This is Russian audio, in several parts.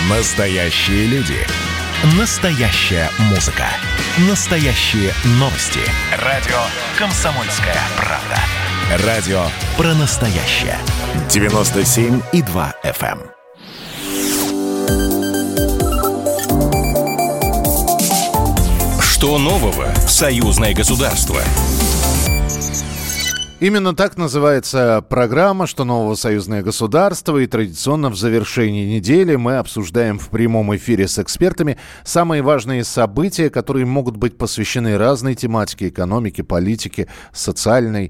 Настоящие люди. Настоящая музыка. Настоящие новости. Радио «Комсомольская правда». Радио про настоящее. 97,2 FM. Что нового в союзное государство? Именно так называется программа «Что нового союзное государство», и традиционно в завершении недели мы обсуждаем в прямом эфире с экспертами самые важные события, которые могут быть посвящены разной тематике: экономике, политике, социальной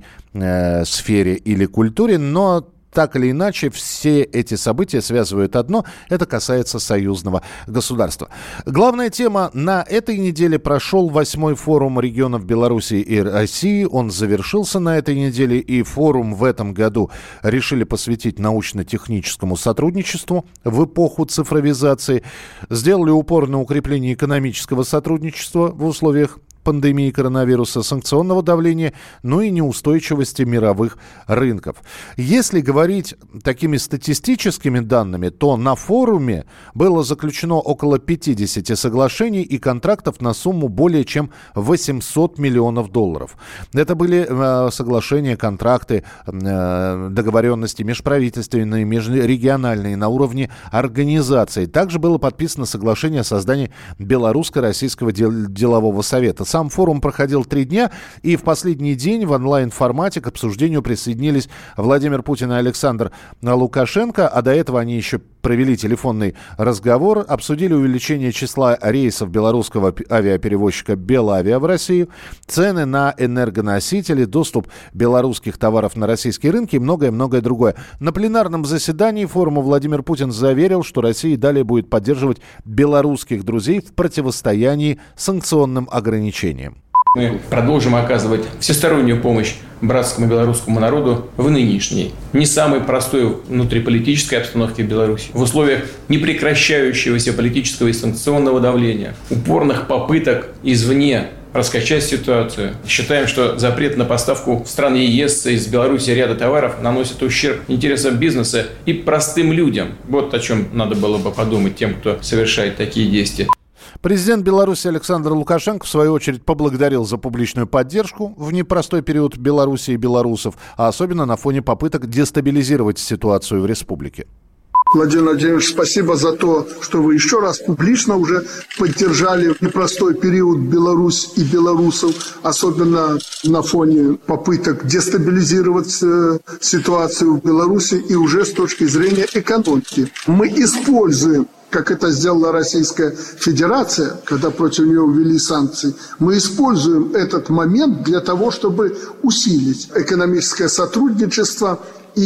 сфере или культуре, но так или иначе, все эти события связывают одно – это касается союзного государства. Главная тема на этой неделе: прошел 8-й форум регионов Беларуси и России. Он завершился на этой неделе, и форум в этом году решили посвятить научно-техническому сотрудничеству в эпоху цифровизации. Сделали упор на укрепление экономического сотрудничества в условиях пандемии коронавируса, санкционного давления, ну и неустойчивости мировых рынков. Если говорить такими статистическими данными, то на форуме было заключено около 50 соглашений и контрактов на сумму более чем $800 миллионов. Это были соглашения, контракты, договоренности межправительственные, межрегиональные, на уровне организаций. Также было подписано соглашение о создании Белорусско-Российского делового совета. Сам форум проходил 3 дня, и в последний день в онлайн-формате к обсуждению присоединились Владимир Путин и Александр Лукашенко, а до этого они еще провели телефонный разговор, обсудили увеличение числа рейсов белорусского авиаперевозчика «Белавиа» в Россию, цены на энергоносители, доступ белорусских товаров на российские рынки и многое-многое другое. На пленарном заседании форума Владимир Путин заверил, что Россия далее будет поддерживать белорусских друзей в противостоянии санкционным ограничениям. Мы продолжим оказывать всестороннюю помощь братскому белорусскому народу в нынешней, не самой простой внутриполитической обстановке в Беларуси, в условиях непрекращающегося политического и санкционного давления, упорных попыток извне раскачать ситуацию. Считаем, что запрет на поставку в страны ЕС из Беларуси ряда товаров наносит ущерб интересам бизнеса и простым людям. Вот о чем надо было бы подумать тем, кто совершает такие действия. Президент Беларуси Александр Лукашенко, в свою очередь, поблагодарил за публичную поддержку в непростой период Беларуси и белорусов, а особенно на фоне попыток дестабилизировать ситуацию в республике. Владимир Владимирович, спасибо за то, что вы еще раз публично уже поддержали в непростой период Беларусь и белорусов, особенно на фоне попыток дестабилизировать ситуацию в Беларуси и уже с точки зрения экономики. Мы используем, как это сделала Российская Федерация, когда против нее ввели санкции, мы используем этот момент для того, чтобы усилить экономическое сотрудничество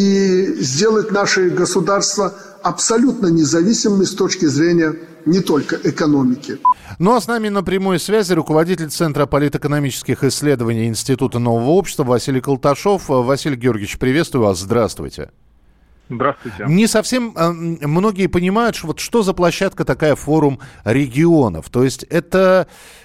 и сделать наше государство абсолютно независимыми с точки зрения не только экономики. Ну а с нами на прямой связи руководитель Центра политэкономических исследований Института нового общества Василий Колташов. Василий Георгиевич, приветствую вас, здравствуйте. Здравствуйте. Не совсем многие понимают, что за площадка такая форум регионов. То есть это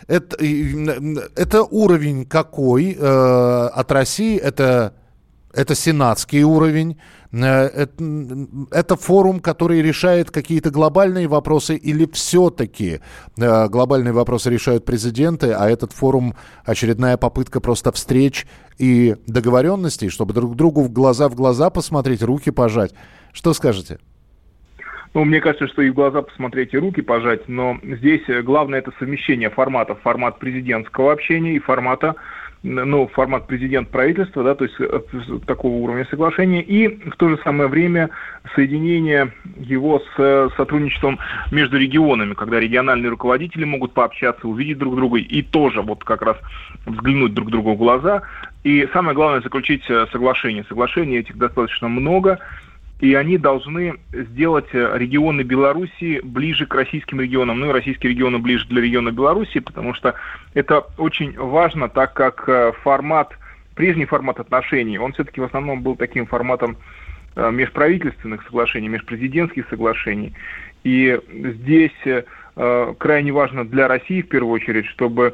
уровень какой от России? Это сенатский уровень, это форум, который решает какие-то глобальные вопросы, или все-таки глобальные вопросы решают президенты, а этот форум очередная попытка просто встреч и договоренностей, чтобы друг другу в глаза посмотреть, руки пожать. Что скажете? Ну, мне кажется, что и в глаза посмотреть, и руки пожать, но здесь главное это совмещение форматов, формат президентского общения и формат президент-правительства, да, то есть такого уровня соглашения, и в то же самое время соединение его с сотрудничеством между регионами, когда региональные руководители могут пообщаться, увидеть друг друга и тоже вот как раз взглянуть друг другу в глаза. И самое главное заключить соглашение. Соглашений этих достаточно много. И они должны сделать регионы Белоруссии ближе к российским регионам, ну и российские регионы ближе для региона Белоруссии, потому что это очень важно, так как прежний формат отношений, он все-таки в основном был таким форматом межправительственных соглашений, межпрезидентских соглашений. И здесь крайне важно для России, в первую очередь, чтобы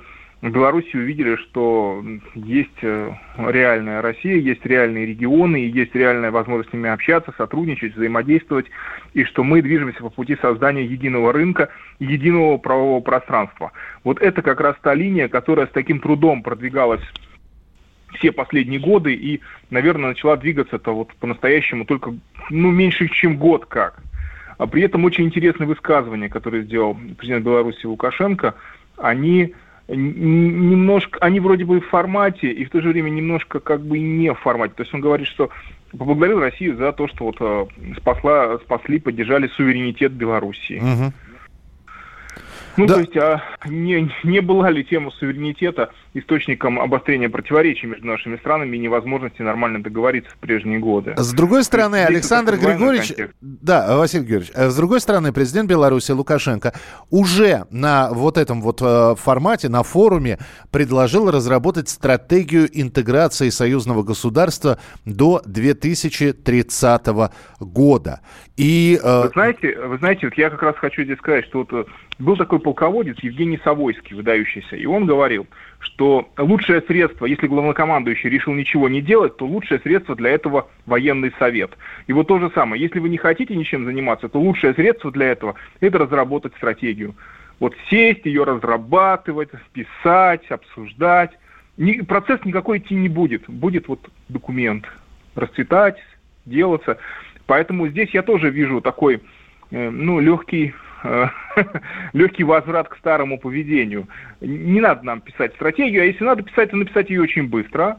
в Беларуси увидели, что есть реальная Россия, есть реальные регионы, и есть реальная возможность с ними общаться, сотрудничать, взаимодействовать, и что мы движемся по пути создания единого рынка, единого правового пространства. Вот это как раз та линия, которая с таким трудом продвигалась все последние годы и, наверное, начала двигаться-то вот по-настоящему только меньше, чем год как. А при этом очень интересные высказывания, которые сделал президент Беларуси Лукашенко, они вроде бы в формате, и в то же время немножко как бы не в формате. То есть он говорит, что поблагодарил Россию за то, что вот спасли, поддержали суверенитет Белоруссии. Угу. То есть, не была ли тема суверенитета источником обострения противоречий между нашими странами и невозможности нормально договориться в прежние годы? С другой стороны, Александр Григорьевич... Да, Василий Георгиевич, с другой стороны, президент Беларуси Лукашенко уже на вот этом вот формате, на форуме предложил разработать стратегию интеграции союзного государства до 2030 года. И, Вы знаете, вот я как раз хочу здесь сказать, что вот был такой полководец Евгений Савойский, выдающийся, и он говорил, что лучшее средство, если главнокомандующий решил ничего не делать, то лучшее средство для этого военный совет. И вот то же самое, если вы не хотите ничем заниматься, то лучшее средство для этого – это разработать стратегию. Вот сесть, ее разрабатывать, писать, обсуждать. Процесс никакой идти не будет. Будет вот документ расцветать, делаться. Поэтому здесь я тоже вижу такой, легкий возврат к старому поведению. Не надо нам писать стратегию, а если надо писать, то написать ее очень быстро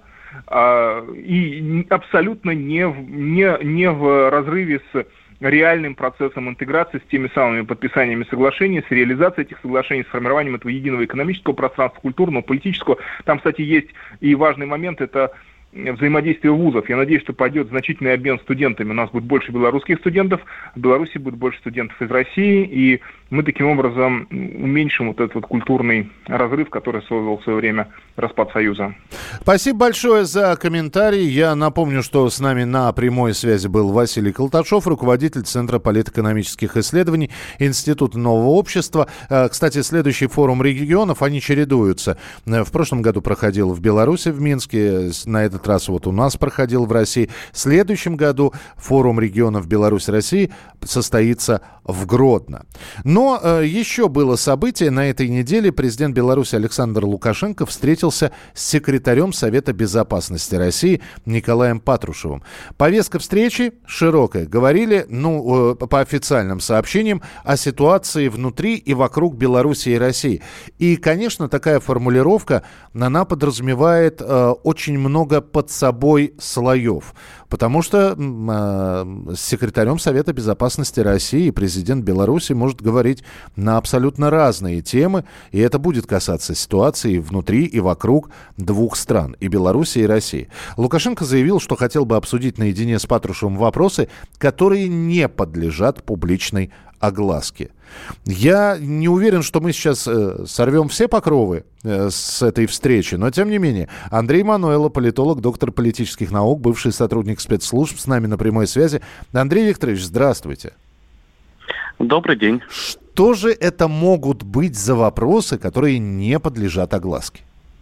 и абсолютно не в разрыве с реальным процессом интеграции, с теми самыми подписаниями соглашений, с реализацией этих соглашений, с формированием этого единого экономического пространства, культурного, политического. Там, кстати, есть и важный момент, это взаимодействие вузов. Я надеюсь, что пойдет значительный обмен студентами. У нас будет больше белорусских студентов, в Беларуси будет больше студентов из России, и мы таким образом уменьшим вот этот вот культурный разрыв, который создал в свое время распад Союза. Спасибо большое за комментарий. Я напомню, что с нами на прямой связи был Василий Колташов, руководитель Центра политэкономических исследований Института нового общества. Кстати, следующий форум регионов, они чередуются. В прошлом году проходил в Беларуси, в Минске, на этот раз вот у нас проходил в России. В следующем году форум регионов Беларусь-России состоится в Гродно. Но еще было событие. На этой неделе президент Беларуси Александр Лукашенко встретился с секретарем Совета безопасности России Николаем Патрушевым. Повестка встречи широкая. Говорили, по официальным сообщениям, о ситуации внутри и вокруг Беларуси и России. И, конечно, такая формулировка, она подразумевает очень много под собой слоев. Потому что с секретарем Совета безопасности России президент Беларуси может говорить на абсолютно разные темы, и это будет касаться ситуации внутри и вокруг двух стран, и Беларуси, и России. Лукашенко заявил, что хотел бы обсудить наедине с Патрушевым вопросы, которые не подлежат публичной огласке. Я не уверен, что мы сейчас сорвем все покровы с этой встречи, но тем не менее. Андрей Мануэло, политолог, доктор политических наук, бывший сотрудник спецслужб, с нами на прямой связи. Андрей Викторович, здравствуйте. Добрый день. Что же это могут быть за вопросы, которые не подлежат огласке?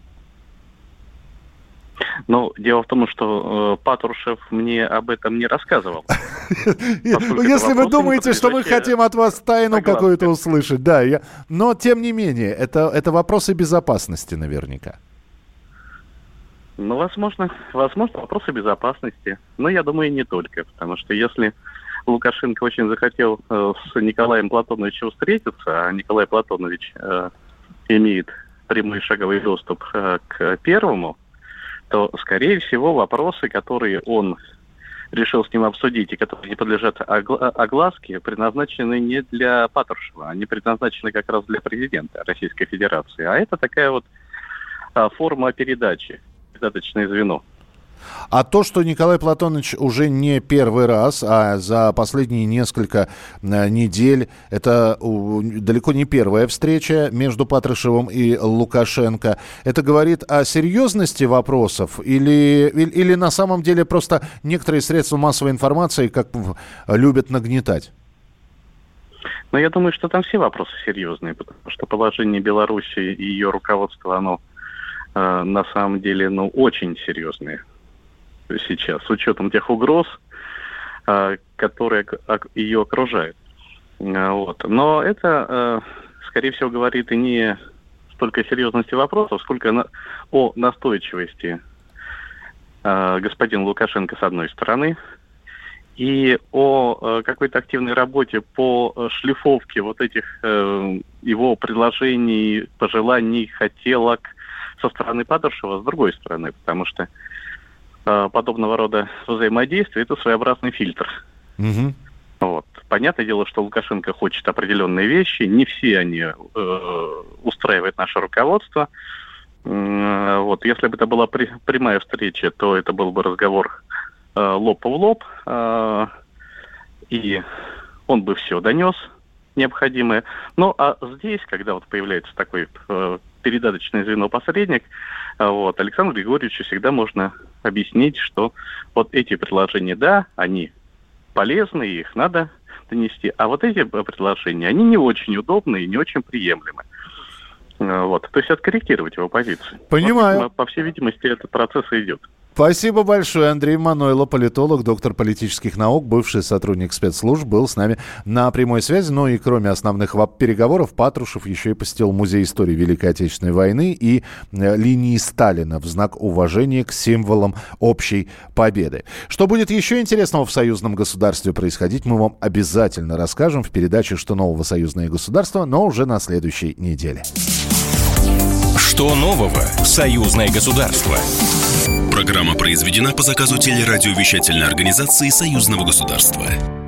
Дело в том, что Патрушев мне об этом не рассказывал. Если вы думаете, что мы хотим от вас тайну какую-то услышать, да. Но, тем не менее, это вопросы безопасности наверняка. Возможно, вопросы безопасности. Но я думаю, и не только. Потому что если Лукашенко очень захотел с Николаем Платоновичем встретиться, а Николай Платонович имеет прямой шаговой доступ к первому, то, скорее всего, вопросы, которые он решил с ним обсудить и которые не подлежат огласке, предназначены не для Патрушева, они предназначены как раз для президента Российской Федерации. А это такая вот форма передачи, передаточное звено. А то, что Николай Платонович уже не первый раз, а за последние несколько недель, это далеко не первая встреча между Патрушевым и Лукашенко, это говорит о серьезности вопросов или на самом деле просто некоторые средства массовой информации как любят нагнетать? Я думаю, что там все вопросы серьезные, потому что положение Беларуси и ее руководства, оно на самом деле, очень серьезные сейчас, с учетом тех угроз, которые ее окружают. Вот. Но это, скорее всего, говорит и не столько о серьезности вопросов, сколько о настойчивости господина Лукашенко с одной стороны, и о какой-то активной работе по шлифовке вот этих его предложений, пожеланий, хотелок со стороны Патрушева с другой стороны, потому что подобного рода взаимодействие – это своеобразный фильтр. Угу. Вот. Понятное дело, что Лукашенко хочет определенные вещи, не все они устраивает наше руководство. Вот. Если бы это была прямая встреча, то это был бы разговор лоб в лоб, и он бы все донес необходимое. Ну, а здесь, когда вот появляется такой передаточное звено-посредник, Александру Григорьевичу всегда можно объяснить, что вот эти предложения, да, они полезны, их надо донести, а вот эти предложения, они не очень удобны и не очень приемлемы. То есть откорректировать его позицию. Понимаю. По всей видимости, этот процесс идет. Спасибо большое. Андрей Манойло, политолог, доктор политических наук, бывший сотрудник спецслужб, был с нами на прямой связи. Ну и кроме основных переговоров, Патрушев еще и посетил Музей истории Великой Отечественной войны и линии Сталина в знак уважения к символам общей победы. Что будет еще интересного в союзном государстве происходить, мы вам обязательно расскажем в передаче «Что нового? Союзное государство», но уже на следующей неделе. Что нового? Союзное государство. Программа произведена по заказу телерадиовещательной организации Союзного государства.